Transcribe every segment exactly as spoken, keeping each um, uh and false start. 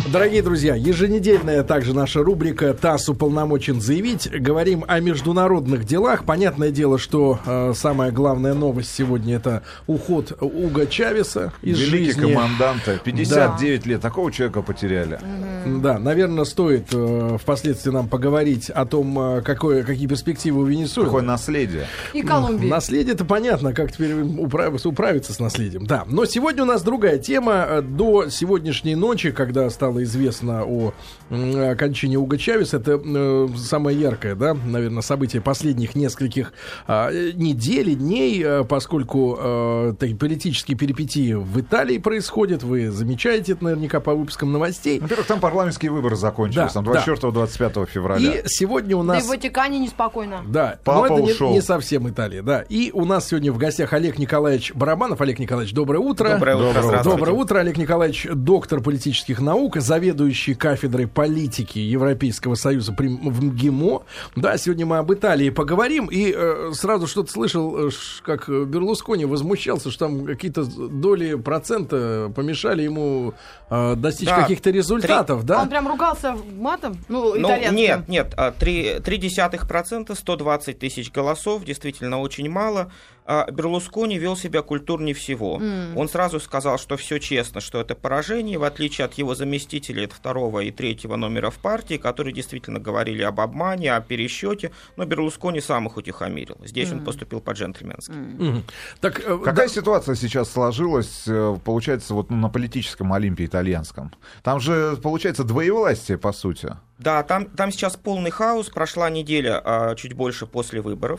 Дорогие друзья, еженедельная также наша рубрика «ТАСС уполномочен заявить». Говорим о международных делах. Понятное дело, что э, самая главная новость сегодня — это уход Уго Чавеса из Великий жизни. команданта. пятьдесят девять да. лет. Такого человека потеряли. Mm-hmm. Да, наверное, стоит э, впоследствии нам поговорить о том, э, какое, какие перспективы у Венесуэлы. Какое наследие. И Колумбии. Наследие-то понятно, как теперь управиться, управиться с наследием. Да, но сегодня у нас другая тема. До сегодняшней ночи, когда стало известно о э, кончине Уго Чавеса, это э, самое яркое, да, наверное, событие последних нескольких э, недель, дней, э, поскольку э, такие политические перипетии в Италии происходят. Вы замечаете это наверняка по выпускам новостей. Во-первых, там парламентские выборы закончились, да, там двадцать четвёртого — двадцать пятого февраля. И сегодня у нас... Да и в Ватикане неспокойно. Да, папа но это ушел. Не, не совсем Италия, да. И у нас сегодня в гостях Олег Николаевич Барабанов. Олег Николаевич, доброе утро. Доброе утро. Доброе, доброе утро. Олег Николаевич, доктор политических наук, заведующий кафедрой политики Европейского Союза при МГИМО. Да, сегодня мы об Италии поговорим. И э, сразу что-то слышал, э, как Берлускони возмущался, что там какие-то доли процента помешали ему э, достичь да, каких-то результатов, три... да? Он прям ругался матом? Ну, ну итальянским. Нет, нет, три десятых процента, сто двадцать тысяч голосов, действительно очень мало. Берлускони вел себя культурнее всего. Mm. Он сразу сказал, что все честно, что это поражение, в отличие от его заместителей, это второго и третьего номера в партии, которые действительно говорили об обмане, о пересчете, но Берлускони сам их утихомирил. Здесь mm. он поступил по-джентльменски. Mm. Mm. Так, э, Какая да... ситуация сейчас сложилась, получается, вот, ну, на политическом Олимпе итальянском? Там же, получается, двоевластие, по сути. Да, там, там сейчас полный хаос, прошла неделя, а, чуть больше после выборов.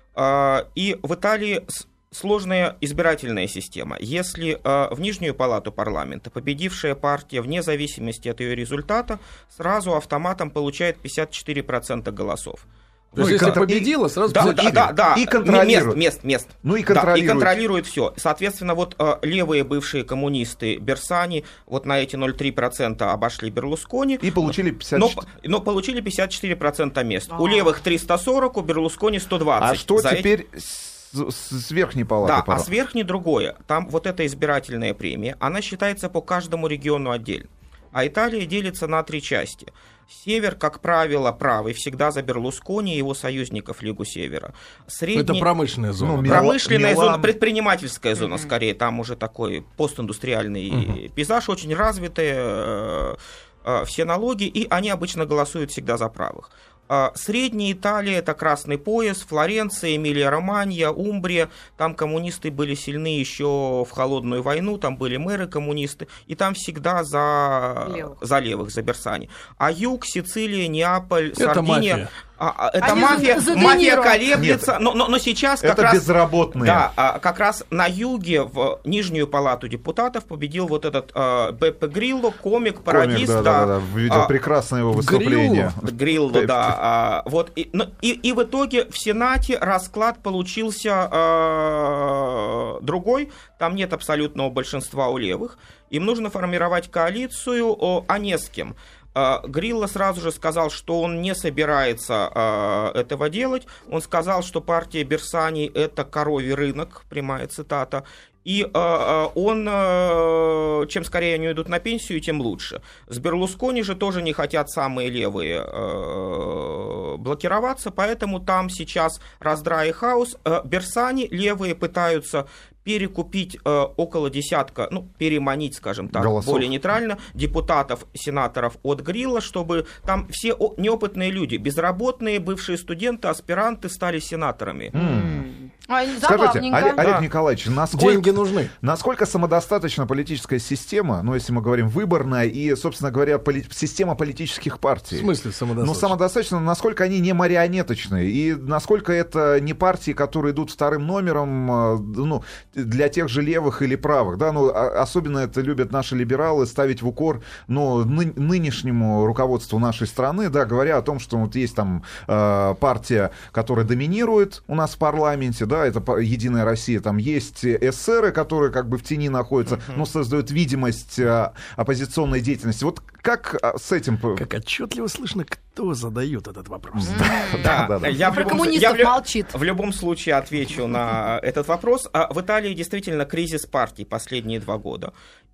И в Италии сложная избирательная система. Если в нижнюю палату парламента победившая партия, вне зависимости от ее результата, сразу автоматом получает пятьдесят четыре процента голосов. То есть, если победила, сразу да, да, да, да, и контролирует. Мест, мест, мест. Ну и контролирует. Да, и контролирует все. Соответственно, вот э, левые бывшие коммунисты Берсани вот на эти ноль целых три десятых процента обошли Берлускони. И получили пятьдесят четыре. Но, но получили пятьдесят четыре процента мест. А-а-а. У левых триста сорок, у Берлускони сто двадцать. А что За теперь эти... с, с верхней палаты? Да, пора? а с верхней другое. Там вот эта избирательная премия, она считается по каждому региону отдельно. А Италия делится на три части. Север, как правило, правый, всегда за Берлускони и его союзников Лигу Севера. Средний... Это промышленная зона. Ну, Промышленная Милан. зона, предпринимательская зона, Mm-hmm. скорее. Там уже такой постиндустриальный Mm-hmm. пейзаж, очень развитый, э, э, все налоги, и они обычно голосуют всегда за правых. Средняя Италия — это Красный пояс, Флоренция, Эмилия-Романья, Умбрия. Там коммунисты были сильны еще в холодную войну, там были мэры-коммунисты, и там всегда за левых, за, левых, за Берсани. А юг, Сицилия, Неаполь, это Сардиния... Мафия. А, это Они мафия, за, за мафия колеблется, Нет, но, но, но сейчас как это раз... безработные. Да, как раз на юге в нижнюю палату депутатов победил вот этот э, Беппе Грилло, комик, пародист. Комик, да, да, да, да. Видел а, прекрасное его выступление. Грилло, Грилло да. А, вот, и, но, и, и в итоге в Сенате расклад получился э, другой. Там нет абсолютного большинства у левых. Им нужно формировать коалицию, а не с кем. Грилло сразу же сказал, что он не собирается э, этого делать. Он сказал, что партия Берсани — это коровий рынок, прямая цитата. И э, он, э, чем скорее они уйдут на пенсию, тем лучше. С Берлускони же тоже не хотят самые левые э, блокироваться, поэтому там сейчас раздрай и хаос. Э, Берсани левые пытаются перекупить э, около десятка, ну, переманить, скажем так, голосов. Более нейтрально, депутатов, сенаторов от Грилло, чтобы там все о, неопытные люди, безработные, бывшие студенты, аспиранты стали сенаторами. Mm. А, Скажите, Олег, Олег Николаевич, насколько, деньги нужны. Насколько самодостаточна политическая система, ну, если мы говорим выборная и, собственно говоря, поли- система политических партий? В смысле самодостаточно? Ну, самодостаточно, насколько они не марионеточные, и насколько это не партии, которые идут вторым номером, ну, для тех же левых или правых, да, ну, особенно это любят наши либералы ставить в укор, ну, ны- нынешнему руководству нашей страны, да, говоря о том, что вот есть там э, партия, которая доминирует у нас в парламенте, да, это Единая Россия, там есть эсеры, которые как бы в тени находятся, uh-huh. но создают видимость э, оппозиционной деятельности. Вот как с этим... Как отчетливо слышно, кто задает этот вопрос. Да, да, да. Я про коммунистов молчит. В любом случае отвечу на этот вопрос. В Италии действительно кризис партий последние два года.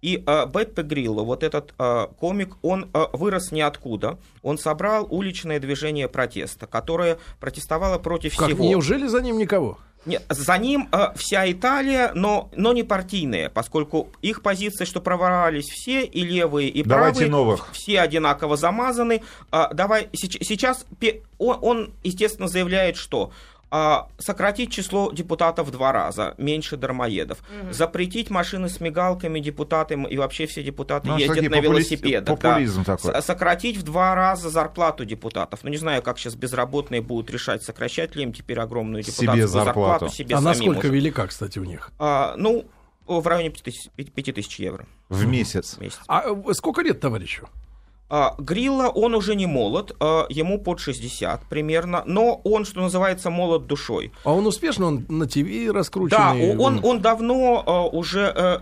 И э, Беппе Грилло, вот этот э, комик, он э, вырос ниоткуда. Он собрал уличное движение протеста, которое протестовало против Как, всего. неужели за ним никого? Нет, за ним э, вся Италия, но, но не партийная, поскольку их позиция, что проворовались все, и левые, и Давайте правые, новых. все одинаково замазаны. Э, давай, сейчас он, он, естественно, заявляет, что а, сократить число депутатов в два раза, меньше дармоедов, угу. запретить машины с мигалками депутатам, и вообще все депутаты ну, ездят на велосипедах. Популизм да. такой. Сократить в два раза зарплату депутатов. Ну, не знаю, как сейчас безработные будут решать, сокращать ли им теперь огромную депутатскую себе зарплату. зарплату. Себе а насколько может. велика, кстати, у них? А, ну, в районе пяти тысяч евро. В месяц. В месяц. А сколько лет товарищу? Грилло, он уже не молод, ему под шестьдесят примерно, но он, что называется, молод душой. А он успешно, он на ТВ раскрученный? Да, он, он давно уже,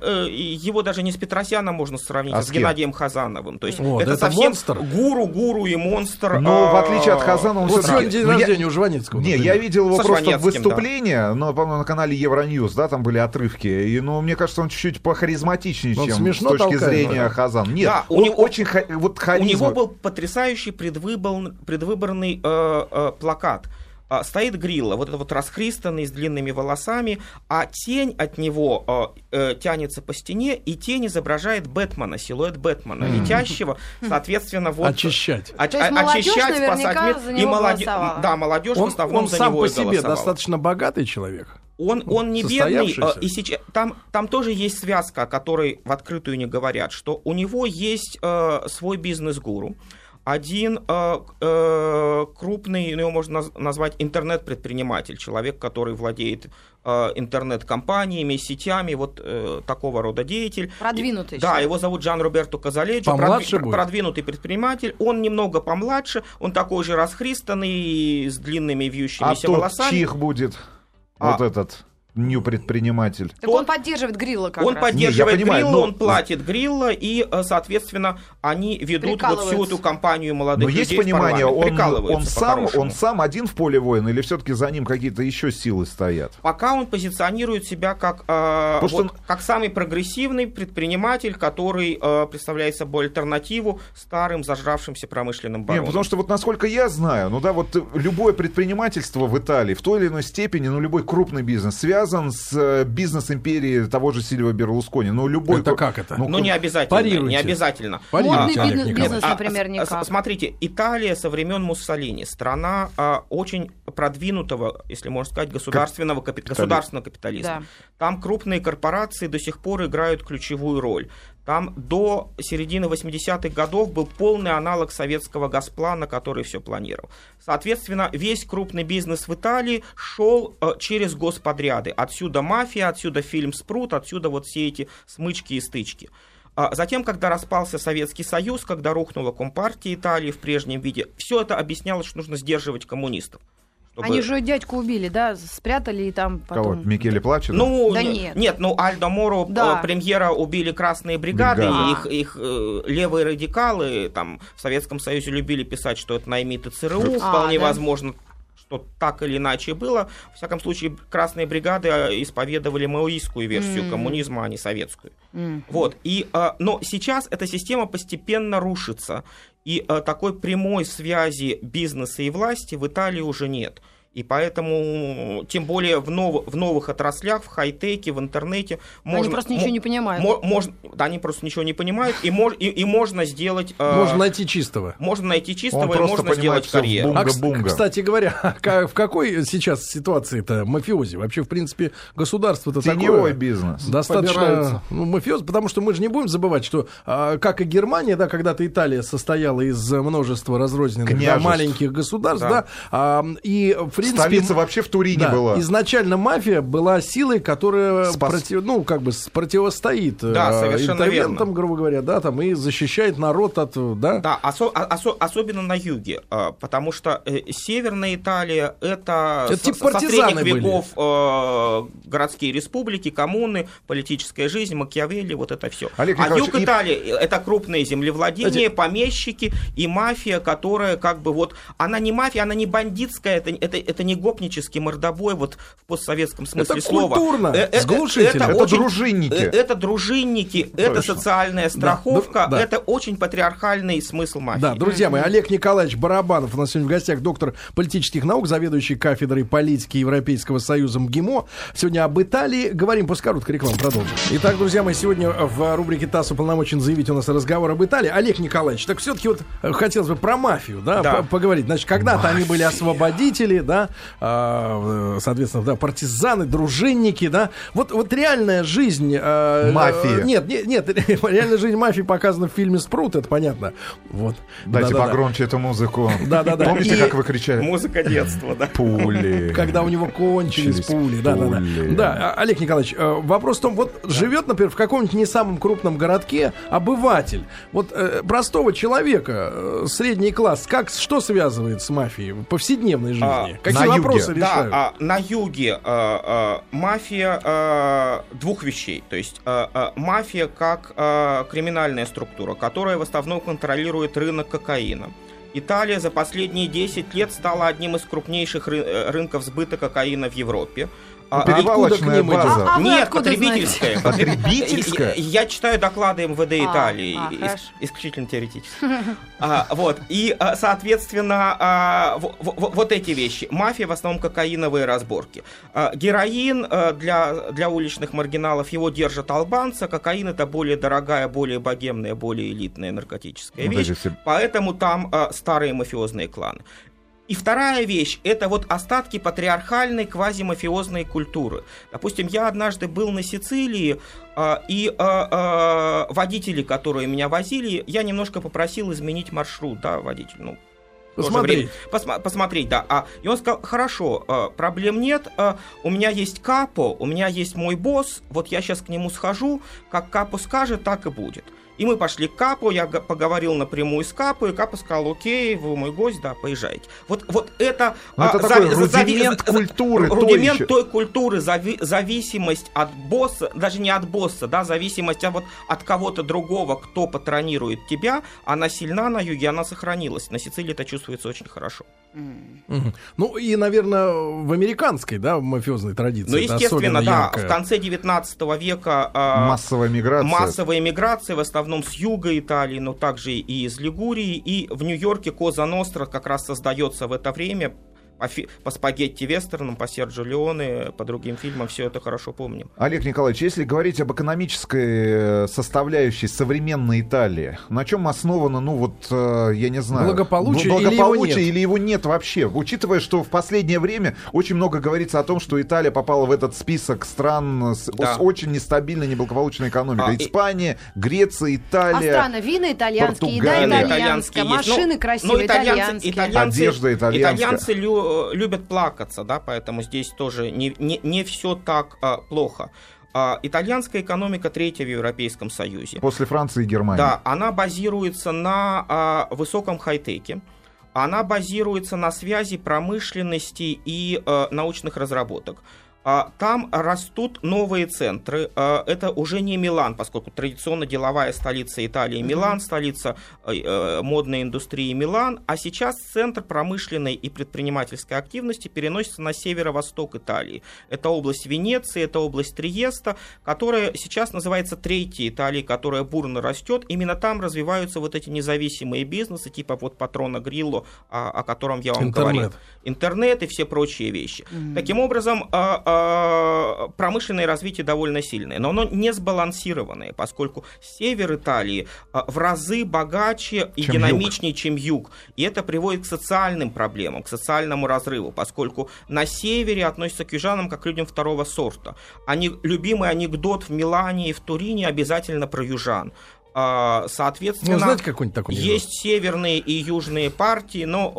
его даже не с Петросяном можно сравнить, а с, с Геннадием Хазановым. То есть вот, это, это совсем монстр? гуру, гуру и монстр. Но в отличие от Хазанова... Вот сегодня день рождения у Жванецкого. Не, я видел его Со просто в выступлении, да. но, по-моему, на канале Евроньюз, да, там были отрывки, и, ну, мне кажется, он чуть-чуть похаризматичнее, он чем с точки толкает, зрения да. Хазана. Нет, да, он у него, очень, вот харизма... У него был потрясающий предвыбор, предвыборный э, э, плакат. А, стоит Грилло, вот этот вот расхристанный, с длинными волосами, а тень от него э, э, тянется по стене, и тень изображает Бэтмена, силуэт Бэтмена, mm-hmm. летящего, соответственно, вот... Очищать. О- То есть молодежь очищать, наверняка спасать. за него И молоде... голосовала. Да, молодежь Он, в основном он за сам него по и себе голосовала. достаточно богатый человек. Он, он не бедный, и сейчас, там, там тоже есть связка, о которой в открытую не говорят, что у него есть э, свой бизнес-гуру. Один э, э, крупный, ну, его можно назвать интернет-предприниматель, человек, который владеет э, интернет-компаниями, сетями, вот э, такого рода деятель. Продвинутый. И, да, его зовут Джан Роберто Казаледжо, помладше продви- продвинутый предприниматель. Он немного помладше, он такой же расхристанный, с длинными вьющимися а волосами. А чих будет А. вот этот... Нью предприниматель. Так он, он поддерживает Грилло как Он раз. поддерживает Не, понимаю, Грилло, но... он платит Грилло, и, соответственно, они ведут вот всю эту кампанию молодых но людей. есть понимание, он, он, сам, по-хорошему. он сам один в поле воина, или все-таки за ним какие-то еще силы стоят? Пока он позиционирует себя как, э, вот, он... как самый прогрессивный предприниматель, который э, представляет собой альтернативу старым зажравшимся промышленным баронам. Нет, потому что вот насколько я знаю, ну да, вот любое предпринимательство в Италии в той или иной степени, ну любой крупный бизнес связан с бизнес-империи того же Сильвио Берлускони. Ну, любой... Это как это? Ну, ну не обязательно. Парируйте. Не обязательно. Модный а, бизнес, бизнес, а, например, никак. А, смотрите, Италия со времен Муссолини, страна а, очень продвинутого, если можно сказать, государственного, капи... государственного капитализма. Да. Там крупные корпорации до сих пор играют ключевую роль. Там до середины восьмидесятых годов был полный аналог советского Госплана, который все планировал. Соответственно, весь крупный бизнес в Италии шел э, через господряды. Отсюда мафия, отсюда фильм «Спрут», отсюда вот все эти смычки и стычки. А затем, когда распался Советский Союз, когда рухнула Компартия Италии в прежнем виде, все это объяснялось, что нужно сдерживать коммунистов. Чтобы... Они же дядьку убили, да, спрятали и там потом... Кого? Микеле плачет? Ну, да не, нет. нет, ну Альдо Моро, да. э, премьера, убили красные бригады, Бригада. их, их э, левые радикалы там в Советском Союзе любили писать, что это наймиты ЦРУ, а, вполне да. возможно, что так или иначе было. В всяком случае, красные бригады исповедовали маоистскую версию mm. коммунизма, а не советскую. Mm. Вот. И, э, но сейчас эта система постепенно рушится, и э, такой прямой связи бизнеса и власти в Италии уже нет. И поэтому, тем более в, нов, в новых отраслях, в хай-теке, в интернете... Можно, они просто ничего мо, не понимают. Мо, можно, да, они просто ничего не понимают, и, мож, и, и можно сделать... Можно э, найти чистого. Можно найти чистого, Он и можно сделать карьеру. А, кстати говоря, в какой сейчас ситуации-то мафиози? Вообще, в принципе, государство-то такое... Теневой бизнес. Достаточно... Ну, мафиоз, потому что мы же не будем забывать, что, как и Германия, да, когда-то Италия состояла из множества разрозненных да, маленьких государств, да, да и... В принципе, столица вообще в Турине да, была. Изначально мафия была силой, которая против, ну, как бы противостоит да, э, интервентам, грубо говоря, да, там, и защищает народ от... Да, да осо- осо- особенно на юге, э, потому что э, Северная Италия — это, это типа со, со средних были. веков э, городские республики, коммуны, политическая жизнь, Макиавелли, вот это все. Олег а юг и... Италии — это крупные землевладения, Эти... помещики и мафия, которая как бы вот... Она не мафия, она не бандитская, это, это это не гопнический мордобой вот в постсоветском смысле это слова. Культурно, это с глушителем. Это, это очень, дружинники. Это дружинники, Точно. это социальная страховка, да, да. это очень патриархальный смысл мафии. Да, друзья мои, Олег Николаевич Барабанов у нас сегодня в гостях, доктор политических наук, заведующий кафедрой политики Европейского союза МГИМО. Сегодня об Италии говорим после короткой рекламы. Продолжим. Итак, друзья мои, сегодня в рубрике ТАСС уполномочен заявить у нас разговор об Италии. Олег Николаевич, так все-таки вот хотелось бы про мафию, да, да. поговорить. Значит, когда-то Мафия. Они были освободители, да, э, соответственно, да, партизаны, дружинники, да. Вот, вот реальная жизнь... Э, мафии. Э, нет, нет, нет, реальная жизнь мафии показана в фильме «Спрут», это понятно. Вот. Дайте Да-да-да. погромче эту музыку. Да-да-да. Помните, И... как вы кричали? Музыка детства, да. Пули. Когда у него кончились пули. Да, да, да. Да, Олег Николаевич, вопрос в том, вот живет, например, в каком-нибудь не самом крупном городке обыватель, вот э, простого человека, э, средний класс, как, что связывает с мафией в повседневной жизни? А, Какие вопросы юге. решают? Да, а, на юге а, а, мафия а, двух вещей. То есть а, а, мафия как а, криминальная структура, которая в основном контролирует рынок кокаина. Италия за последние десять лет стала одним из крупнейших ры- рынков сбыта кокаина в Европе. А, Перевалочная база. А, а вы Нет, откуда потребительская. знаете? Потребительская? Я, я читаю доклады МВД А, Италии, а, ис- хорошо. исключительно теоретически. А, вот, и, а, соответственно, а, в- в- вот эти вещи. Мафия, в основном кокаиновые разборки. А, героин а, для, для уличных маргиналов, его держат албанцы, кокаин это более дорогая, более богемная, более элитная наркотическая Вот вещь, эти все- поэтому там а, старые мафиозные кланы. И вторая вещь – это вот остатки патриархальной квазимафиозной культуры. Допустим, я однажды был на Сицилии, э, и э, э, водители, которые меня возили, я немножко попросил изменить маршрут, да, водитель, ну, Посмотреть. Посма- посмотреть, да. А, и он сказал, хорошо, э, проблем нет, э, у меня есть капо, у меня есть мой босс, вот я сейчас к нему схожу, как капо скажет, так и будет. И мы пошли к капу, я г- поговорил напрямую с капу, и капо сказал, окей, вы мой гость, да, поезжайте. Вот, вот это... Ну, это а, такой зави- рудимент зави- культуры, той Рудимент еще. той культуры, зави- зависимость от босса, даже не от босса, да, зависимость а вот от кого-то другого, кто патронирует тебя, она сильна на юге, она сохранилась. На Сицилии это чувствуется очень хорошо. Мгм. Ну и, наверное, в американской, да, в мафиозной традиции. Ну, это естественно, особенно да, яркое. в конце девятнадцатого века а, Массовая миграция. массовая миграция, в основном с юга Италии, но также и из Лигурии, и в Нью-Йорке Коза Ностра как раз создается в это время. По, фи- по спагетти-вестернам, по Серджио Леоне, по другим фильмам, все это хорошо помним. Олег Николаевич, если говорить об экономической составляющей современной Италии, на чем основано, ну вот, э, я не знаю... Благополучие бл- или его благополучие нет? или его нет вообще? Учитывая, что в последнее время очень много говорится о том, что Италия попала в этот список стран с, Да. с очень нестабильной, неблагополучной экономикой. А, и- Испания, Греция, А Италия, страны, вина итальянские, еда Португалия. итальянская, Итальянские есть. машины Ну, красивые, ну, итальянцы- итальянские. итальянцы- Одежда итальянская. Итальянцы лю- любят плакаться, да, поэтому здесь тоже не, не, не все так а, плохо. А, итальянская экономика третья в Европейском Союзе. после Франции и Германии. Да, она базируется на а, высоком хай-теке. Она базируется на связи промышленности и а, научных разработок. А, Там растут новые центры. А, Это уже не Милан, поскольку традиционно деловая столица Италии Милан, столица э, э, модной индустрии Милан. А сейчас центр промышленной и предпринимательской активности переносится на северо-восток Италии. Это область Венеции, это область Триеста, которая сейчас называется Третьей Италией, которая бурно растет. Именно там развиваются вот эти независимые бизнесы, типа вот Патрона Грилло, о, о котором я вам Интернет. говорил. Интернет и все прочие вещи. Мгм. Таким образом, а, а, промышленное развитие довольно сильное, но оно не сбалансированное, поскольку север Италии а, в разы богаче и Чем динамичнее, чем юг. И это приводит к социальным проблемам, к социальному разрыву, поскольку на севере относятся к южанам как к людям второго сорта. Они, любимый анекдот в Милане и в Турине обязательно про южан. А, Соответственно, Ну, знаете какой-нибудь такой анекдот? есть северные и южные партии, но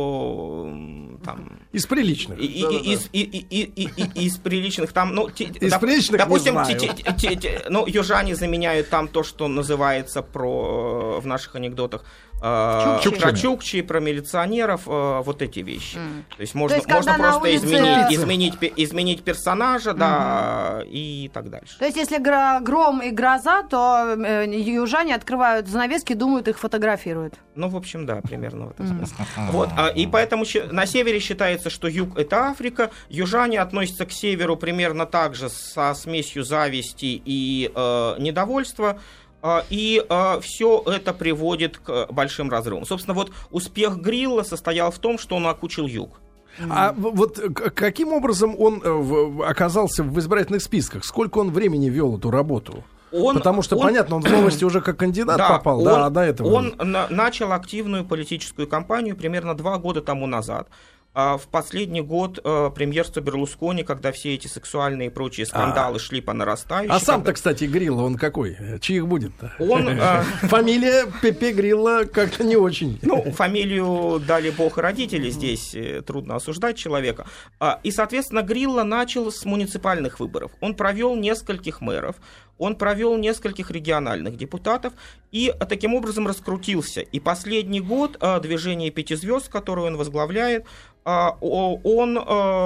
о, там... Из приличных. И- и- Да-да-да. из, и- и- и- и- и- из приличных там, ну, те- Из доп- приличных не допустим, знаю. те- те- те- те- ну, южане заменяют там то, что называется про в наших анекдотах, э, Чукчи. про чукчи, про милиционеров, э, вот эти вещи. Mm. То есть можно, То есть, можно когда на просто улице- изменить, изменить, пе- изменить персонажа, да, и так дальше. То есть, если гро- гром и гроза, то э, южане открывают занавески, думают, их фотографируют. Ну, в общем, да, примерно в этом смысле. Вот, а, и поэтому щи- на севере считается, что юг — это Африка, южане относятся к северу примерно так же, со смесью зависти и э, недовольства, э, и э, все это приводит к большим разрывам. Собственно, вот успех Грилла состоял в том, что он окучил юг. А в- вот к- каким образом он э, в- оказался в избирательных списках? Сколько он времени вел эту работу? Он, Потому что, он- понятно, он в новости уже как кандидат Да, попал, он, да, а до этого... Он на- начал активную политическую кампанию примерно два года тому назад. А в последний год э, премьерства Берлускони, когда все эти сексуальные и прочие скандалы А. шли по нарастающей. А сам-то, когда- кстати, Грилла, он какой? Чьих будет-то? Он, э, Фамилия Пепе Грилла как-то не очень. Ну, фамилию дали бог и родители, здесь э, трудно осуждать человека. А, И, соответственно, Грилла начал с муниципальных выборов. Он провел нескольких мэров, он провел нескольких региональных депутатов и а, таким образом раскрутился. И последний год а, движение «Пяти звезд», которое он возглавляет, а, о- он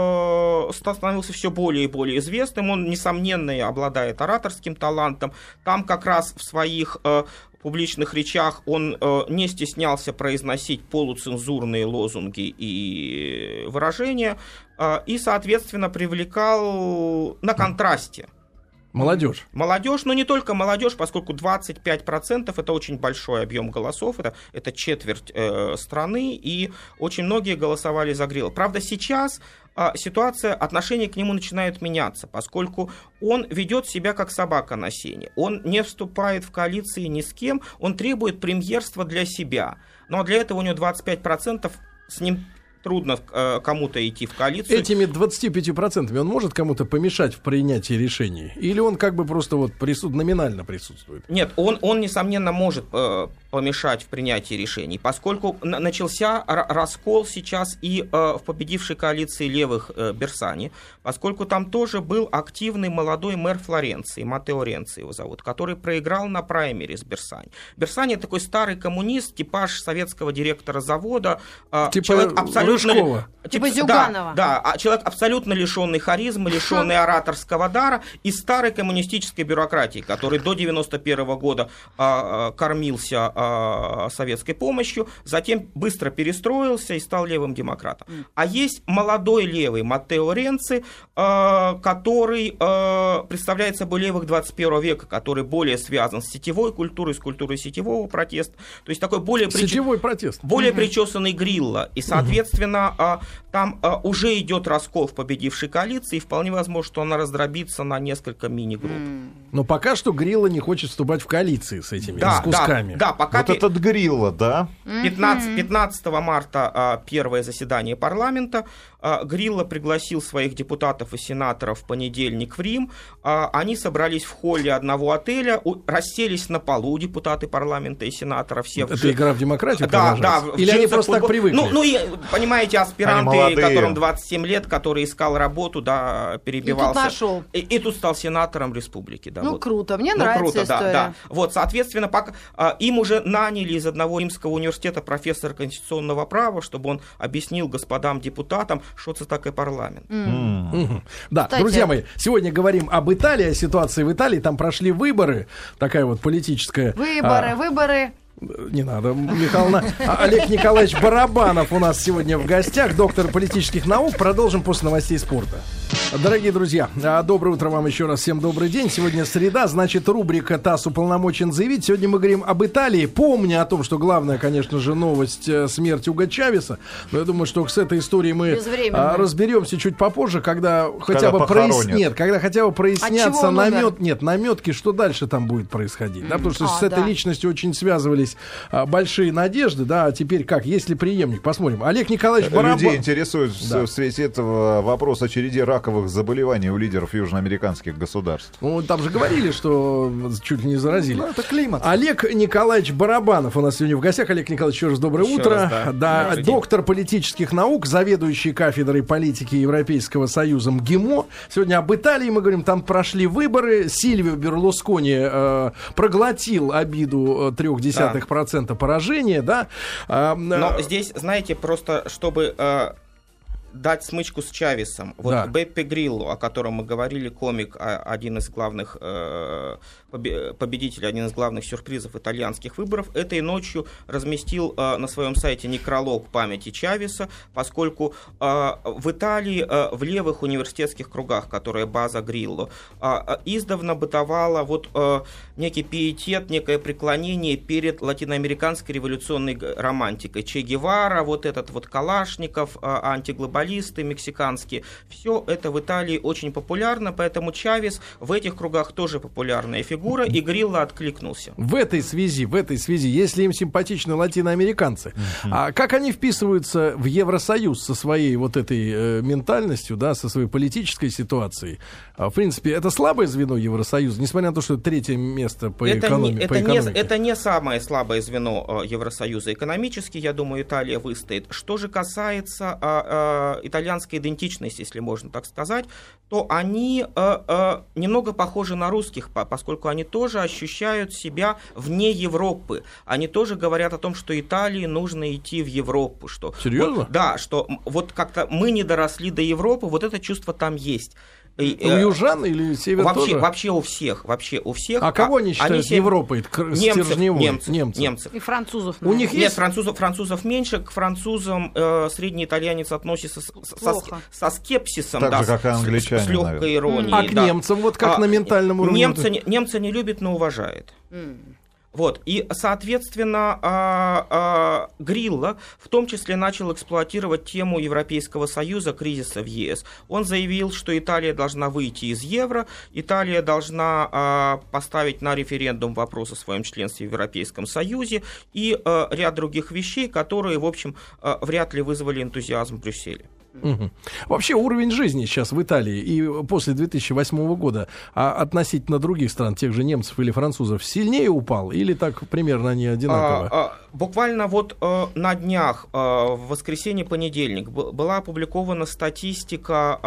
э, становился все более и более известным. Он, несомненно, обладает ораторским талантом. Там как раз в своих э, публичных речах он э, не стеснялся произносить полуцензурные лозунги и выражения, э, и, соответственно, привлекал на контрасте Молодежь. молодежь, но не только молодежь, поскольку двадцать пять процентов это очень большой объем голосов, это, это четверть э, страны, и очень многие голосовали за Грилла. Правда, сейчас э, ситуация, отношение к нему начинает меняться, поскольку он ведет себя как собака на сене. Он не вступает в коалиции ни с кем, он требует премьерства для себя. Но для этого у него двадцать пять процентов, с ним трудно э, кому-то идти в коалицию. Этими двадцатью пятью процентами он может кому-то помешать в принятии решений? Или он как бы просто вот присут... номинально присутствует? Нет, он, он несомненно, может э, помешать в принятии решений, поскольку на- начался р- раскол сейчас и э, в победившей коалиции левых э, Берсани, поскольку там тоже был активный молодой мэр Флоренции, Маттео Ренци его зовут, который проиграл на праймериз Берсани. Берсани такой старый коммунист, типаж советского директора завода, э, Типа человек абсолютно... Рыжкова. Типа да, Зюганова. Да, а человек абсолютно лишенный харизмы, лишенный ораторского дара и старой коммунистической бюрократии, который до девяносто первого года а, а, кормился а, советской помощью, затем быстро перестроился и стал левым демократом. А есть молодой левый Маттео Ренци, а, который а, представляет собой левых двадцать первого века, который более связан с сетевой культурой, с культурой сетевого протеста. То есть такой более... прич- Сетевой протест. более причесанный Грилла. И, соответственно, а, там а, уже идет раскол в победившей коалиции, и вполне возможно, что она раздробится на несколько мини-групп. Но пока что Грилла не хочет вступать в коалиции с этими, Да, с кусками. да, да, пока Вот пе- этот Грилла, да? пятнадцатого, пятнадцатого марта а, первое заседание парламента. А, Грилла пригласил своих депутатов и сенаторов в понедельник в Рим. А, они собрались в холле одного отеля, у- расселись на полу, депутаты парламента и сенатора. Все в Это джи- игра в демократию Да, да. продолжается? в Или они джинсах, просто так футбол- привыкли? Ну, ну и, понимаете, аспиранты, Они молодые. которым двадцать семь лет, который искал работу, да, перебивался. И тут нашел. И, и тут стал сенатором республики. Да, Ну, вот. круто. Мне Ну, нравится круто, история. да, да. Вот, соответственно, пока, а, им уже наняли из одного римского университета профессора конституционного права, чтобы он объяснил господам депутатам, что это такое парламент. Мгм. Да, Кстати. друзья мои, сегодня говорим об Италии, о ситуации в Италии. Там прошли выборы, такая вот политическая... Выборы, а, выборы. Не надо, Михайловна. А Олег Николаевич Барабанов у нас сегодня в гостях, доктор политических наук. Продолжим после новостей спорта. Дорогие друзья, доброе утро вам еще раз. Всем добрый день. Сегодня среда, значит, рубрика «ТАСС уполномочен заявить». Сегодня мы говорим об Италии, помня о том, что главная, конечно же, новость — смерть Уго Чавеса. Но я думаю, что с этой историей мы Безвременно. а, разберемся чуть попозже, когда, хотя Когда бы похоронят. прояс- Нет, когда хотя бы От чего прояснятся он умер? намет... Нет, наметки, что дальше там будет происходить. Да, потому что А, с этой да. личностью очень связывались а, большие надежды. Да, а теперь как? Есть ли преемник? Посмотрим. Олег Николаевич Барабанов. Людей интересует в- Да. в свете этого вопрос о череде раковых массовых заболеваний у лидеров южноамериканских государств. Ну, там же говорили, что чуть ли не заразили. Ну, это климат. Олег Николаевич Барабанов у нас сегодня в гостях. Олег Николаевич, еще раз доброе Еще утро. раз, да. Да, доктор политических наук, заведующий кафедрой политики Европейского союза МГИМО. Сегодня об Италии мы говорим. Там прошли выборы. Сильвио Берлускони э, проглотил обиду трех десятых процента поражения, да. А, Но здесь, знаете, просто чтобы э, дать смычку с Чавесом, вот да. Беппе Грилло, о котором мы говорили, комик, один из главных э, победителей, один из главных сюрпризов итальянских выборов, этой ночью разместил э, на своем сайте некролог памяти Чавеса, поскольку э, в Италии э, в левых университетских кругах, которые база Грилло, э, издавна бытовало вот э, некий пиетет, некое преклонение перед латиноамериканской революционной романтикой. Че Гевара, вот этот вот Калашников, э, антиглобалисты мексиканские, все это в Италии очень популярно, поэтому Чавес в этих кругах тоже популярная фигура. И Грилло откликнулся. В этой связи, в этой связи, если им симпатичны латиноамериканцы, uh-huh. а как они вписываются в Евросоюз со своей вот этой э, ментальностью, да, со своей политической ситуацией? А, в принципе, это слабое звено Евросоюза, несмотря на то, что это третье место по, это экономи- не, по это экономике. Не, это не самое слабое звено э, Евросоюза экономически, я думаю, Италия выстоит. Что же касается э, э, итальянской идентичности, если можно так сказать, то они э, э, немного похожи на русских, поскольку они тоже ощущают себя вне Европы. Они тоже говорят о том, что Италии нужно идти в Европу. Что, серьезно? Вот, да, что вот как-то мы не доросли до Европы, вот это чувство там есть. У южан или север вообще, тоже? Вообще у всех, вообще у всех. А кого они считают они Европой? Немцев, немцев, немцев. немцев. И французов. У них Нет, есть... французов, французов меньше. К французам э, средний итальянец относится с, со, со скепсисом. Так да, же, как и англичане, с, с легкой наверное. иронией. А к да. немцам вот как а, на ментальном уровне? Немцы, немцы не любят, но уважают. Mm. Вот, и, соответственно, а, а, Грилло в том числе начал эксплуатировать тему Европейского Союза, кризиса в ЕС. Он заявил, что Италия должна выйти из евро, Италия должна а, поставить на референдум вопрос о своем членстве в Европейском Союзе и а, ряд других вещей, которые, в общем, а, вряд ли вызвали энтузиазм в Брюсселе. Угу. Вообще уровень жизни сейчас в Италии и после две тысячи восьмого года а относительно других стран, тех же немцев или французов, сильнее упал или так примерно они одинаково? А, а, буквально вот а, на днях, а, в воскресенье-понедельник, б- была опубликована статистика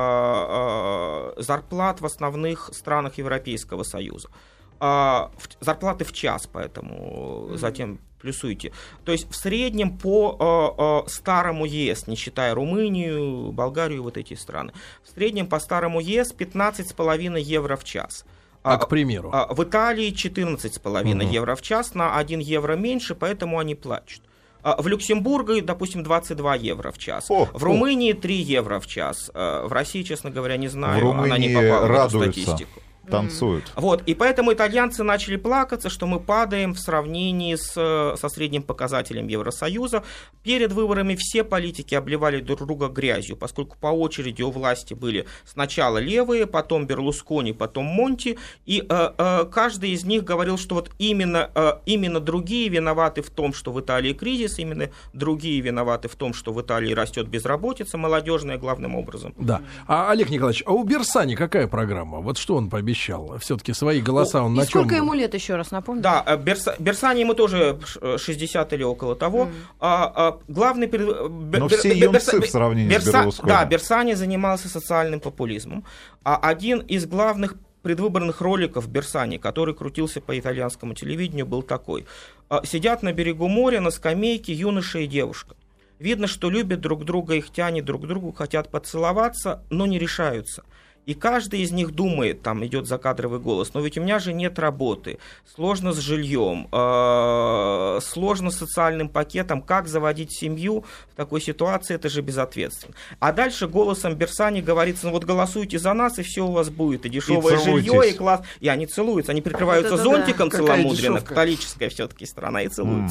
а, а, зарплат в основных странах Европейского Союза. А, в, зарплаты в час, поэтому mm-hmm. затем... плюсуйте. То есть в среднем по э, э, старому ЕС, не считая Румынию, Болгарию, вот эти страны, в среднем по старому ЕС пятнадцать с половиной евро в час. А, а к примеру? А, в Италии четырнадцать с половиной угу. евро в час, на один евро меньше, поэтому они плачут. А, в Люксембурге, допустим, двадцать два евро в час. О, в Румынии три евро в час. А, в России, честно говоря, не знаю, в Румынии она не попала радуются. в эту статистику. Танцуют. Вот, и поэтому итальянцы начали плакаться, что мы падаем в сравнении с, со средним показателем Евросоюза. Перед выборами все политики обливали друг друга грязью, поскольку по очереди у власти были сначала левые, потом Берлускони, потом Монти, и э, э, каждый из них говорил, что вот именно, э, именно другие виноваты в том, что в Италии кризис, именно другие виноваты в том, что в Италии растет безработица, молодежная главным образом. Да. А, Олег Николаевич, а у Берсани какая программа? Вот что он пообещал? Все-таки свои голоса он и на чем? Сколько ему лет, еще раз напомню? Да, Берса, Берсани ему тоже шестьдесят или около того. Mm. А, а, главный... Но все юнцы в сравнении Берса, с Берлускони. Да, Берсани занимался социальным популизмом. А один из главных предвыборных роликов Берсани, который крутился по итальянскому телевидению, был такой. Сидят на берегу моря на скамейке юноша и девушка. Видно, что любят друг друга, их тянет друг к другу, хотят поцеловаться, но не решаются. И каждый из них думает, там идет закадровый голос, но ведь у меня же нет работы, сложно с жильем, э, сложно с социальным пакетом, как заводить семью в такой ситуации, это же безответственно. А дальше голосом Берсани говорится, ну вот голосуйте за нас, и все у вас будет, и дешевое и жилье, и класс. И они целуются, они прикрываются вот зонтиком да. целомудренно, католическая все-таки страна, и целуются. Mm.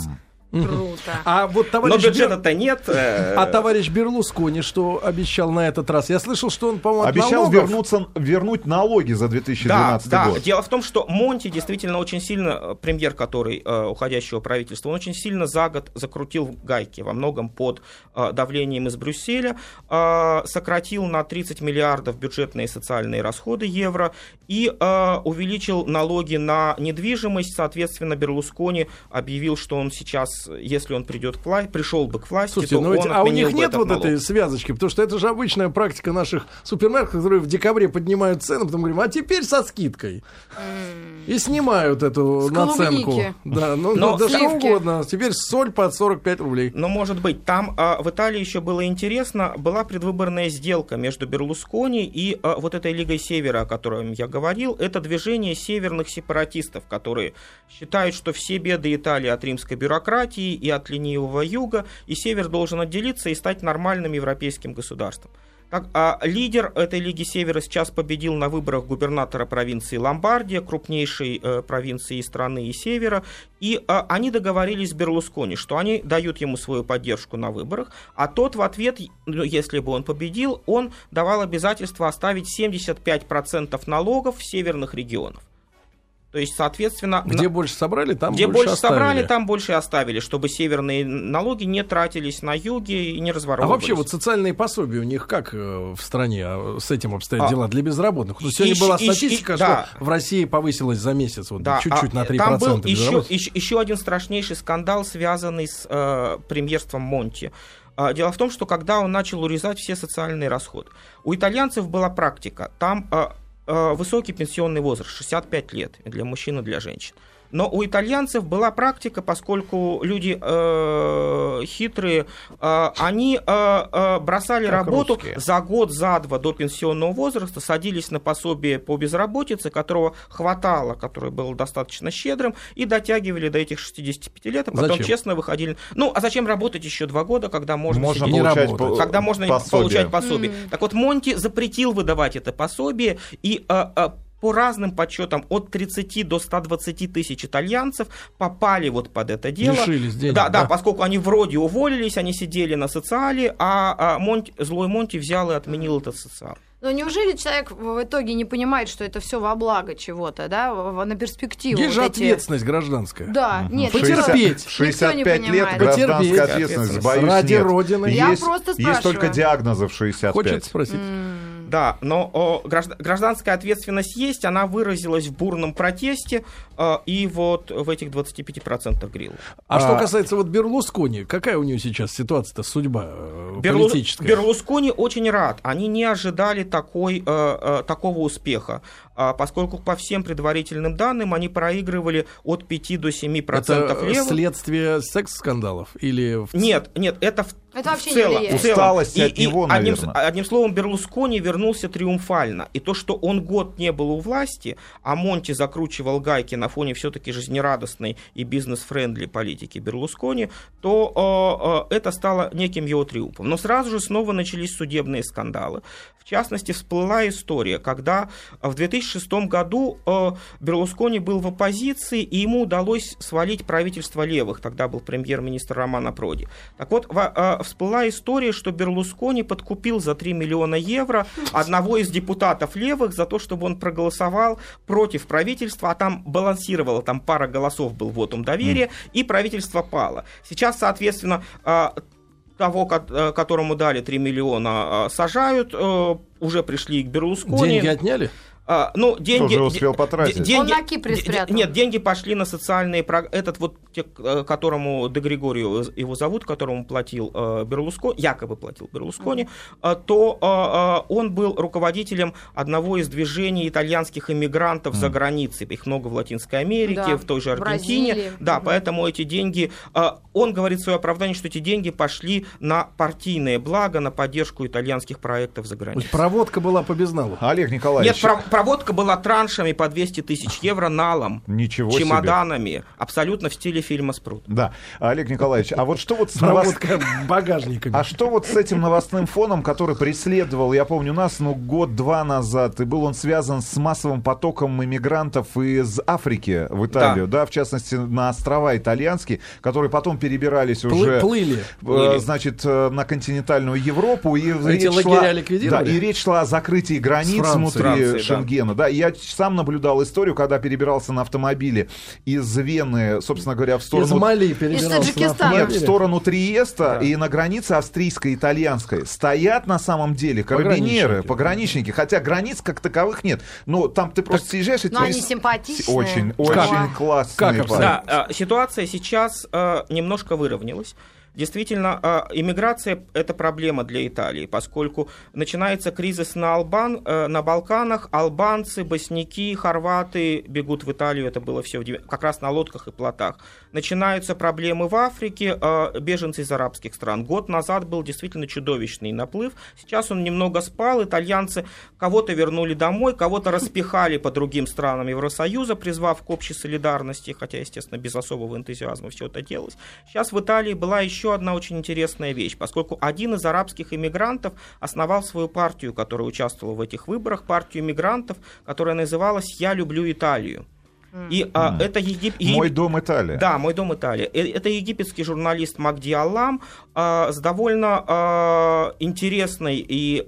Круто. А вот Но товарищ Бер- бюджета-то нет. э, А товарищ Берлускони что обещал на этот раз? Я слышал, что он, по-моему, от Обещал налогов- вернуться, вернуть налоги за две тысячи двенадцатый да, год. Да, дело в том, что Монти действительно очень сильно, премьер, который э, уходящего правительства, он очень сильно за год закрутил гайки, во многом под э, давлением из Брюсселя, э, сократил на тридцать миллиардов бюджетные и социальные расходы евро и э, увеличил налоги на недвижимость. Соответственно, Берлускони объявил, что он сейчас, если он придет к власти, пришел бы к власти, Слушайте, то ну он ведь, а у отменил них бы нет этот вот налог. этой связочки, потому что это же обычная практика наших супермаркетов, которые в декабре поднимают цены, потом говорим, а теперь со скидкой. И снимают эту С наценку. клубники. Да, ну, Но ну, да что сливки. угодно. Теперь соль под сорок пять рублей. Но, может быть, там а, в Италии еще было интересно, была предвыборная сделка между Берлускони и а, вот этой Лигой Севера, о которой я говорил. Это движение северных сепаратистов, которые считают, что все беды Италии от римской бюрократии и от ленивого юга, и Север должен отделиться и стать нормальным европейским государством. Так, а лидер этой Лиги Севера сейчас победил на выборах губернатора провинции Ломбардия, крупнейшей э, провинции страны и Севера, и э, они договорились с Берлускони, что они дают ему свою поддержку на выборах, а тот в ответ, ну, если бы он победил, он давал обязательство оставить семьдесят пять процентов налогов в северных регионах. То есть, соответственно... Где на... больше собрали, там Где больше больше оставили. собрали, там больше оставили, чтобы северные налоги не тратились на юге и не А разворовывались. вообще вот социальные пособия у них как э, в стране а, с этим обстоят А, дела для безработных? Ну, сегодня ищ- была ищ- статистика, ищ- что да. в России повысилась за месяц вот, Да, чуть-чуть а, на три там процента был еще, безработица. еще, еще один страшнейший скандал, связанный с э, премьерством Монти. А, дело в том, что когда он начал урезать все социальные расходы, у итальянцев была практика, там э, э, высокий пенсионный возраст, шестьдесят пять лет для мужчин и для женщин. Но у итальянцев была практика, поскольку люди э, хитрые, э, они э, э, бросали Как работу русские. за год, за два до пенсионного возраста, садились на пособие по безработице, которого хватало, которое было достаточно щедрым, и дотягивали до этих шестидесяти пяти лет, а потом Зачем? честно выходили. Ну, а зачем работать еще два года, когда можно, Можно сидеть- получать работать. по- когда можно пособие. получать пособие. Так вот, Монти запретил выдавать это пособие, и э, э, по разным подсчетам от тридцати до ста двадцати тысяч итальянцев попали вот под это дело. Лишились денег, Да, да, да. поскольку они вроде уволились, они сидели на социале, а, а Монти, злой Монти взял и отменил этот социал. Но неужели человек в итоге не понимает, что это все во благо чего-то, да, в- на перспективу? Есть же вот эти- ответственность гражданская. Да, нет, Потерпеть. В шестьдесят Никто пять не лет понимает. гражданская Потерпеть. ответственность, боюсь, Ради нет. Родины. Я Есть, просто есть спрашиваю. только диагнозы в шестьдесят пять. Хочет спросить? Да, но о, гражд- гражданская ответственность есть, она выразилась в бурном протесте э, и вот в этих двадцати пяти процентах грилла. А, А- что касается вот Берлускони, какая у него сейчас ситуация-то, судьба э, Берлу- политическая? Берлускони очень рад. Они не ожидали такой, э, э, такого успеха, а, поскольку по всем предварительным данным они проигрывали от пяти до семи процентов Это левых. следствие секс-скандалов? Или в... Нет, нет, это в, Это вообще в не целом. влияет. в целом. Усталость И- от и него, одним, с- наверное. одним словом, Берлускони вернулся триумфально. И то, что он год не был у власти, а Монти закручивал гайки на фоне все-таки жизнерадостной и бизнес-френдли политики Берлускони, то э, э, это стало неким его триумфом. Но сразу же снова начались судебные скандалы. В частности, всплыла история, когда в две тысячи шестом году э, Берлускони был в оппозиции, и ему удалось свалить правительство левых. Тогда был премьер-министр Романо Проди. Так вот, в, э, всплыла история, что Берлускони подкупил за три миллиона евро одного из депутатов левых за то, чтобы он проголосовал против правительства, а там балансировало, там пара голосов был вотум доверия, и правительство пало. Сейчас, соответственно, э, того, ко- э, которому дали три миллиона, э, сажают, э, уже пришли к Берлускони. Деньги отняли? А, ну, деньги, Тоже успел де- потратить. де- деньги- Он на Кипре де- де- спрятал. Нет, деньги пошли на социальные программы. Этот вот, те, к- которому Де Григорио его зовут, которому платил э, Берлускони, якобы платил Берлускони, э, то э, э, он был руководителем одного из движений итальянских иммигрантов за границей. Их много в Латинской Америке, Да, в той же в Аргентине. Бразилии. Да, Мгм. поэтому эти деньги... э, он говорит в свое оправдание, что эти деньги пошли на партийное благо, на поддержку итальянских проектов за То границей. есть проводка была по безналу. Олег Николаевич, Нет, пров- проводка была траншами по двести тысяч евро налом. Ничего чемоданами. себе. Абсолютно в стиле фильма «Спрут». Да. Олег Николаевич, а вот что вот с Проводка новост... багажниками. А что вот с этим новостным фоном, который преследовал, я помню, нас, ну, год-два назад, и был он связан с массовым потоком иммигрантов из Африки в Италию, да, да в частности, на острова итальянские, которые потом перебирались уже... Плыли. Э, значит, на континентальную Европу. И Эти речь лагеря шла, ликвидировали? Да, и речь шла о закрытии границ Франции. внутри Франции, Шенгена. Да. Да, я сам наблюдал историю, когда перебирался на автомобиле из Вены, собственно говоря, в сторону... Из Мали перебирался. Из Таджикистана. Нет, в сторону Триеста, Да. и на границе австрийской и итальянской стоят на самом деле карабинеры, Пограничники. пограничники, хотя границ как таковых нет. Но там ты просто съезжаешь и... Но тебе они с- симпатичные. Очень, Как? очень классные Как парни. обстоят? Да, э, ситуация сейчас э, немножко выровнялась. Действительно, э, иммиграция – это проблема для Италии, поскольку начинается кризис на, Албан, э, на Балканах, албанцы, босняки, хорваты бегут в Италию, это было все в дев- как раз на лодках и плотах. Начинаются проблемы в Африке, э, беженцы из арабских стран. Год назад был действительно чудовищный наплыв, сейчас он немного спал, итальянцы кого-то вернули домой, кого-то распихали по другим странам Евросоюза, призвав к общей солидарности, хотя, естественно, без особого энтузиазма все это делалось. Сейчас в Италии была еще одна очень интересная вещь, поскольку один из арабских иммигрантов основал свою партию, которая участвовала в этих выборах, партию иммигрантов, которая называлась «Я люблю Италию». И а, это Егип... Мой дом Италия. Да, «Мой дом Италия». Э- Это египетский журналист Магди Аллам а, с довольно а, интересной и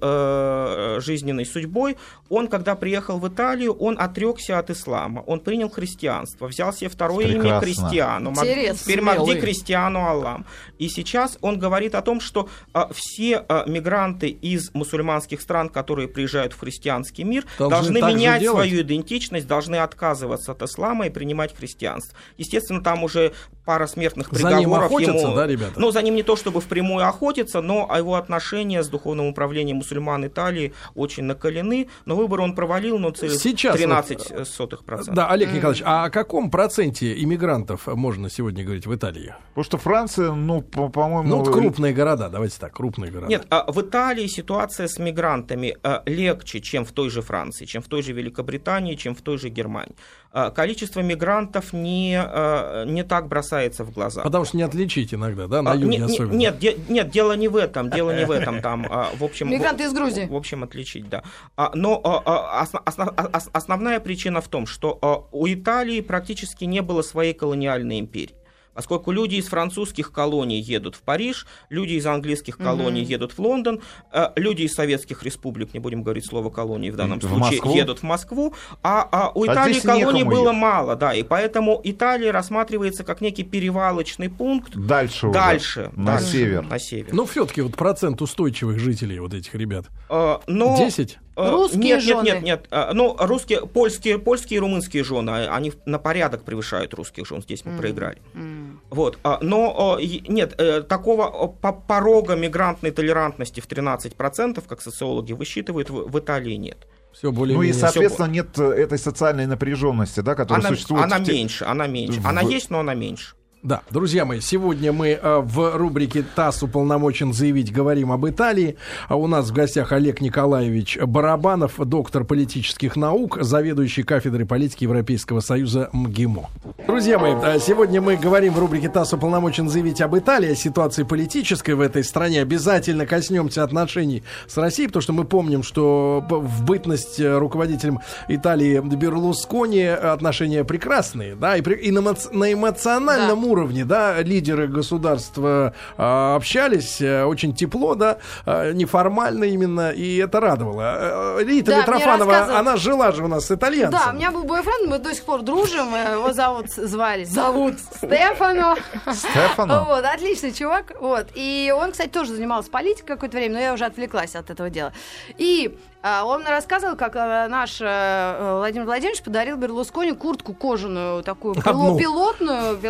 а, жизненной судьбой. Он, когда приехал в Италию, он отрекся от ислама, он принял христианство, взял себе второе имя Прекрасно. Кристиану. Маг- Интересно. Теперь Магди Смелый. Кристиану Аллам. И сейчас он говорит о том, что а, все а, мигранты из мусульманских стран, которые приезжают в христианский мир, Должны должны так же менять делать? свою идентичность, должны отказываться от ислама и принимать христианство. Естественно, там уже пара смертных За ним приговоров охотятся, ему. да, ребята? Ну, за ним не то чтобы впрямую охотятся, но его отношения с духовным управлением мусульман Италии очень накалены. Но выбор он провалил, но целых Сейчас тринадцать сотых процента. Да, Олег Николаевич, а о каком проценте иммигрантов можно сегодня говорить в Италии? Потому что Франция, ну, по- по-моему... Ну, вот крупные города, давайте так, крупные города. Нет, а в Италии ситуация с мигрантами а, легче, чем в той же Франции, чем в той же Великобритании, чем в той же Германии. А, количество мигрантов не, а, не так бросается в глаза. Потому что не отличить иногда, да, на А, юге не- не- особенно. Нет, де- нет, дело не в этом, дело не в этом. Там, а, в общем, Мигранты в- из Грузии. В общем, отличить, да. А, но а, а, осно- осно- ос- основная причина в том, что а, у Италии практически не было своей колониальной империи. Поскольку люди из французских колоний едут в Париж, люди из английских колоний Мгм. едут в Лондон, э, люди из советских республик, не будем говорить слово колонии в данном В случае, Москву? едут в Москву, а, а у А Италии здесь колоний некому было ехать. мало, да, и поэтому Италия рассматривается как некий перевалочный пункт Дальше уже. дальше, На дальше, север. на север. Ну, все-таки вот процент устойчивых жителей вот этих ребят. Э, но... Десять? Э, Русские нет, жены. Нет, нет, нет. Э, Ну, русские, польские, польские и румынские жены, а- они на порядок превышают русских жен. Здесь мы проиграли. М. Вот. а, Но э, и- нет, э, такого э, по- порога мигрантной толерантности в тринадцать процентов, как социологи высчитывают, в в Италии нет. Все более Ну и, менее. соответственно, нет э, этой социальной напряженности, да, которая Она, существует. она в те- меньше, она меньше. в- Она есть, но она меньше. Да, друзья мои, сегодня мы э, в рубрике «ТАСС уполномочен заявить» говорим об Италии. А у нас в гостях Олег Николаевич Барабанов, доктор политических наук, заведующий кафедрой политики Европейского Союза МГИМО. Друзья мои, э, сегодня мы говорим в рубрике «ТАСС уполномочен заявить» об Италии, о ситуации политической в этой стране. Обязательно коснемся отношений с Россией, потому что мы помним, что в бытность э, руководителем Италии Берлускони отношения прекрасные, да, и, при- и на, эмоци- на эмоциональном Да. уровне, да, лидеры государства а, общались а, очень тепло, да, а, неформально именно, и это радовало. А, Рита Да, мне Митрофанова, рассказывали- она жила же у нас с итальянцем. Да, у меня был бойфренд, мы до сих пор дружим, э, его зовут, звали, зовут Стефано. Стефано? Вот, отличный чувак, вот. И он, кстати, тоже занимался политикой какое-то время, но я уже отвлеклась от этого дела. И а, он мне рассказывал, как а, наш а, Владимир Владимирович подарил Берлускони куртку кожаную, такую Одну. пило- пилотную, пилотскую,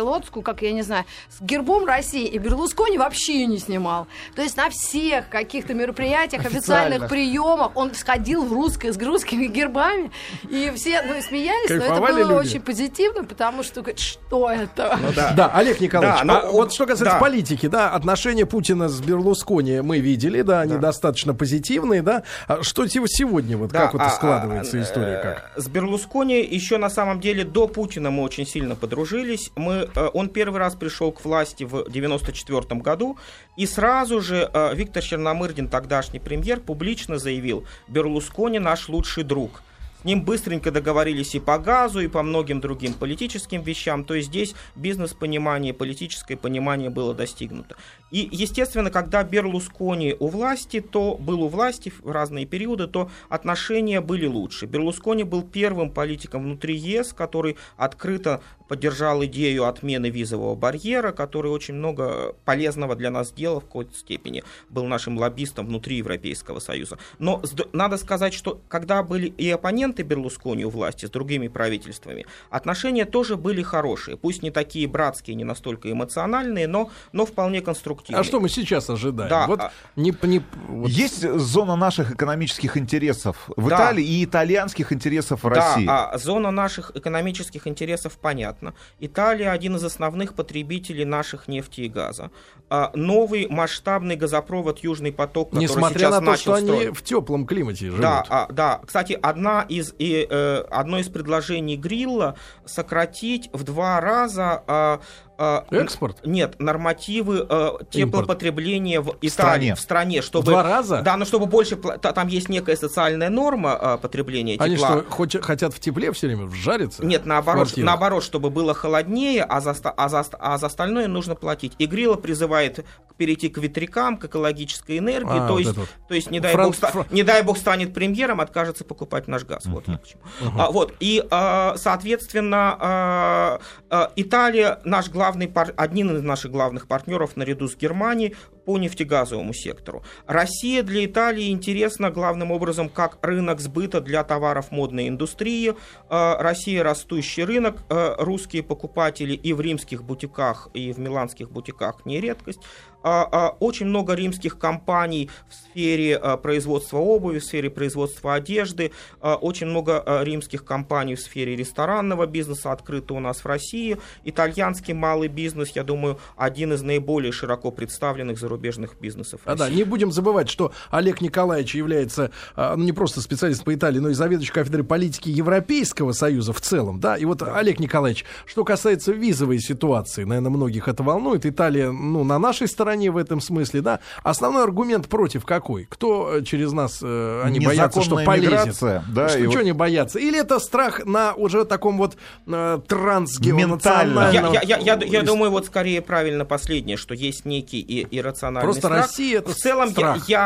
как, я не знаю, с гербом России, и Берлускони вообще не снимал. То есть на всех каких-то мероприятиях, официальных приемах он сходил в русское, с русскими гербами, и все ну, смеялись, Кайфовали но это было люди. очень позитивно, потому что, что это? Ну, да. Да, Олег Николаевич, Да, но- а вот что касается да. политики, да, отношения Путина с Берлускони мы видели, да, они Да. достаточно позитивные, да. А что те- сегодня, вот Да, как вот а, складывается а, история, э, как? С Берлускони еще на самом деле до Путина мы очень сильно подружились. Мы, э, он первый раз пришел к власти в девяносто четвёртом году, и сразу же э, Виктор Черномырдин, тогдашний премьер, публично заявил: Берлускони наш лучший друг. С ним быстренько договорились и по газу, и по многим другим политическим вещам. То есть здесь бизнес-понимание, политическое понимание было достигнуто. И, естественно, когда Берлускони у власти, то был у власти в разные периоды, то отношения были лучше. Берлускони был первым политиком внутри ЕС, который открыто поддержал идею отмены визового барьера, который очень много полезного для нас сделал в какой-то степени. Был нашим лоббистом внутри Европейского Союза. Но надо сказать, что когда были и оппоненты Берлускони у власти с другими правительствами, отношения тоже были хорошие. Пусть не такие братские, не настолько эмоциональные, но, но вполне конструктивные. А что мы сейчас ожидаем? Да, Вот а- не, не- вот Есть зона наших экономических интересов в Да. Италии и итальянских интересов в России. Да, а зона наших экономических интересов понятна. Италия один из основных потребителей наших нефти и газа. А, новый масштабный газопровод «Южный поток», который несмотря сейчас на то, начал что они строить. в теплом климате живут. Да, а, да. Кстати, одна из, и, э, одно из предложений Грилла сократить в два раза а, а, Экспорт? Нет, нормативы э, теплопотребления в Италии, стране. в стране, чтобы В два раза? Да, но чтобы больше пла- та- там есть некая социальная норма э, потребления Они тепла. что, хоть- хотят в тепле все время вжариться? Нет, в наоборот, квартирах? наоборот, чтобы было холоднее, а за, ста- а, за, а за остальное нужно платить. И Грилла призывает перейти к ветрякам, к экологической энергии. А, то, вот есть, это вот. то есть, не дай, Франц- бог, ста- фран- не дай бог станет премьером, откажется покупать наш газ. Вот я к чему. А, вот. И, а, соответственно, а, а, Италия, наш главный пар... один из наших главных партнеров наряду с Германией по нефтегазовому сектору. Россия для Италии интересна главным образом как рынок сбыта для товаров модной индустрии. А, Россия растущий рынок, а, русские покупатели и в римских бутиках, и в миланских бутиках не редкость. А, а, Очень много римских компаний в сфере а, производства обуви, в сфере производства одежды, а, очень много а, римских компаний в сфере ресторанного бизнеса открыто у нас в России. Итальянский малый бизнес, я думаю, один из наиболее широко представленных зарубежных бизнесов А, России. да, не будем забывать, что Олег Николаевич является а, ну, не просто специалист по Италии, но и заведующий кафедрой политики Европейского Союза в целом, да. И вот, Олег Николаевич, что касается визовой ситуации, наверное, многих это волнует. Италия, ну, на нашей стороне в этом смысле, да. Основной аргумент против какой? Кто э, через нас, э, они боятся, что Незаконная полезет? миграция, да, что, и чего вот- они боятся? Или это страх на уже таком вот э, трансгеонациональном... Ментально. Я, я, я, я, я думаю, вот скорее правильно последнее, что есть некий и, иррациональный Просто страх. Россия — это В целом страх. я,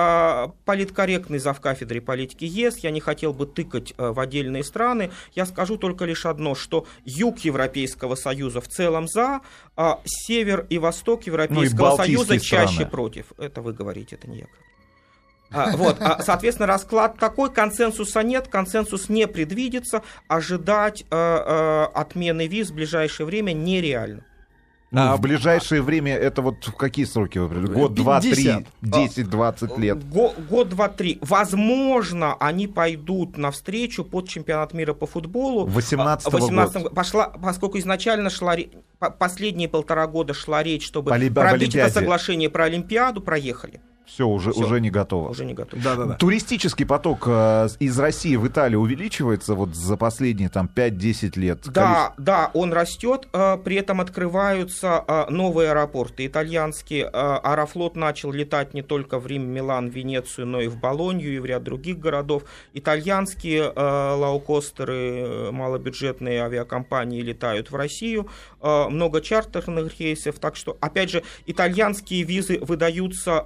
я э, политкорректный завкафедрой политики ЕС, я не хотел бы тыкать э, в отдельные страны. Я скажу только лишь одно, что юг Европейского Союза в целом за, а север и восток Европейского Ну, и Союза балтийские чаще страны. против. Это вы говорите, это не я. А, вот, а, соответственно, расклад такой, консенсуса нет, консенсус не предвидится, ожидать э, э, отмены виз в ближайшее время нереально. Ну, А, в ближайшее время это вот в какие сроки вы определили? Год, два, три, пятьдесят. десять-двадцать лет. Го- Год, два, три. Возможно, они пойдут навстречу под чемпионат мира по футболу. восемнадцатого В восемнадцатом года. году. Пошла, поскольку изначально шла ре- по- последние полтора года шла речь, чтобы По Олимпи- об пробить это Олимпиаде. соглашение про Олимпиаду, проехали. Все, уже, Всё. уже не готово. Уже не готовы. Да-да-да. Туристический поток э, из России в Италию увеличивается вот за последние там пять-десять лет? Да, да, он растет, э, при этом открываются э, новые аэропорты. Итальянский э, Аэрофлот начал летать не только в Рим, Милан, Венецию, но и в Болонью и в ряд других городов. Итальянские э, лоукостеры, э, малобюджетные авиакомпании летают в Россию, э, много чартерных рейсов. Так что, опять же, итальянские визы выдаются э,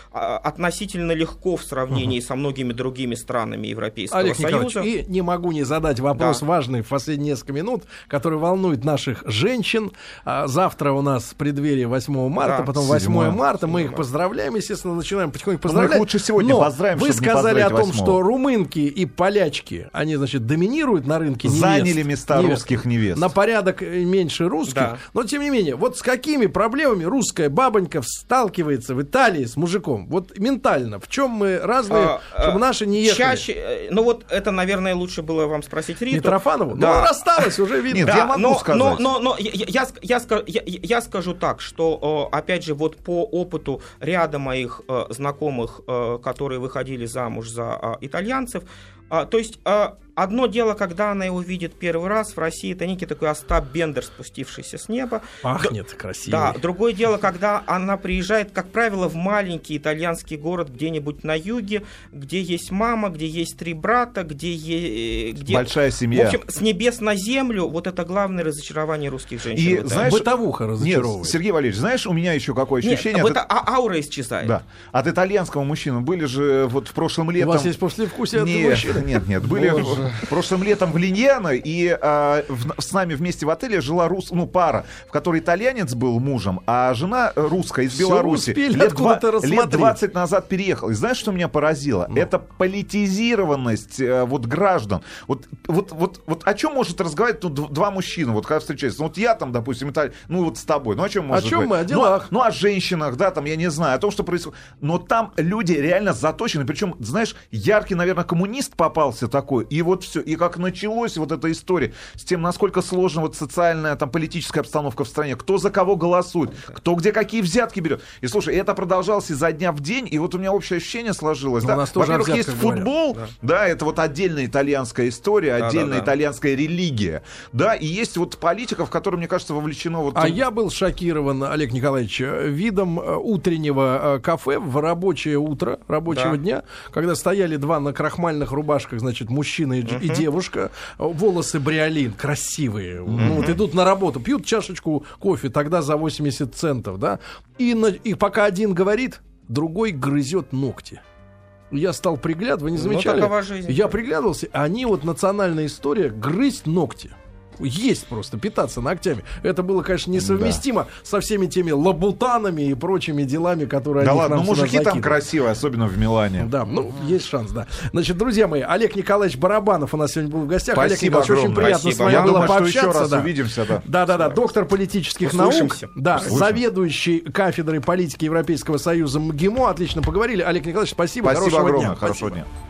относительно легко в сравнении угу. со многими другими странами Европейского Олег Союза. И не могу не задать вопрос да. важный в последние несколько минут, который волнует наших женщин. А, завтра у нас преддверие восьмого марта, да, потом восьмое марта. Мы их поздравляем, естественно, начинаем потихоньку поздравлять. Мы их лучше сегодня Но поздравим, вы сказали о том, восьмого. Что румынки и полячки, они, значит, доминируют на рынке невест. Заняли места невест, русских невест. На порядок меньше русских. Да. Но, тем не менее, вот с какими проблемами русская бабонька сталкивается в Италии с мужиком? Вот ментально. В чем мы разные, а, чтобы наши не ехали? Чаще, ну вот это, наверное, лучше было вам спросить Риту. Митрофанову? Да. Ну, рассталась, уже видно. Нет, да, я могу но, сказать. Но, но, но я, я, я, я, я скажу так, что, опять же, вот по опыту ряда моих знакомых, которые выходили замуж за итальянцев, то есть одно дело, когда она его видит первый раз в России, это некий такой Остап Бендер, спустившийся с неба. Пахнет красиво. Да, другое дело, когда она приезжает, как правило, в маленький итальянский город где-нибудь на юге, где есть мама, где есть три брата, где есть... Где... Большая семья. В общем, с небес на землю, вот это главное разочарование русских женщин. И, вот, знаешь, бытовуха разочаровывает. Нет, Сергей Валерьевич, знаешь, у меня еще какое ощущение... Нет, от... а- аура исчезает. Да, от итальянского мужчины. Были же вот в прошлом летом... У вас есть послевкусие от нет, мужчины? Нет, нет, были в, прошлым летом в Линьяно, и а, в, с нами вместе в отеле жила рус, ну, пара, в которой итальянец был мужем, а жена русская из Всё Беларуси. Лет, два, лет двадцать назад переехала. И знаешь, что меня поразило? Ну. Это политизированность а, вот граждан. Вот, вот, вот, вот о чем может разговаривать ну, два мужчины, вот когда встречаются? Ну, вот я там, допустим, Италия, ну, вот с тобой. Ну, о чем можно О чем говорить? мы? О делах. Ну, ну, о женщинах, да, там, я не знаю, о том, что происходит. Но там люди реально заточены. Причем, знаешь, яркий, наверное, коммунист попался такой. И вот все. И как началось вот эта история с тем, насколько сложна вот социальная, там, политическая обстановка в стране, кто за кого голосует, кто где какие взятки берет. И слушай, это продолжалось изо дня в день, и вот у меня общее ощущение сложилось. Да? Во-первых, есть футбол, да. да, это вот отдельная итальянская история, да, отдельная да, да. итальянская религия, да, и есть вот политика, в которой, мне кажется, вовлечено вот... А я был шокирован, Олег Николаевич, видом утреннего кафе в рабочее утро, рабочего да. дня, когда стояли два на крахмальных рубашках, значит, мужчина и, uh-huh. и девушка, волосы бриолин, красивые, uh-huh. ну, вот идут на работу, пьют чашечку кофе, тогда за восемьдесят центов, да, и, на, и пока один говорит, другой грызет ногти. Я стал приглядывать, вы не замечали? Ну, я приглядывался, они вот национальная история грызть ногти. Есть просто, питаться ногтями. Это было, конечно, несовместимо да. со всеми теми лабутанами и прочими делами, которые да они ладно, нам ну мужики закидывают. Там красивые, особенно в Милане. Да, ну, есть шанс, да. Значит, друзья мои, Олег Николаевич Барабанов у нас сегодня был в гостях. Спасибо Олег Николаевич, огромное. очень приятно Спасибо. с вами Я было думаю, пообщаться. Что еще раз да. увидимся, да. Да-да-да, доктор политических Услышимся. наук, да, Услышимся. заведующий кафедрой политики Европейского Союза МГИМО. Отлично поговорили. Олег Николаевич, спасибо. Спасибо Хорошего огромное. дня. Хорошего Спасибо. дня.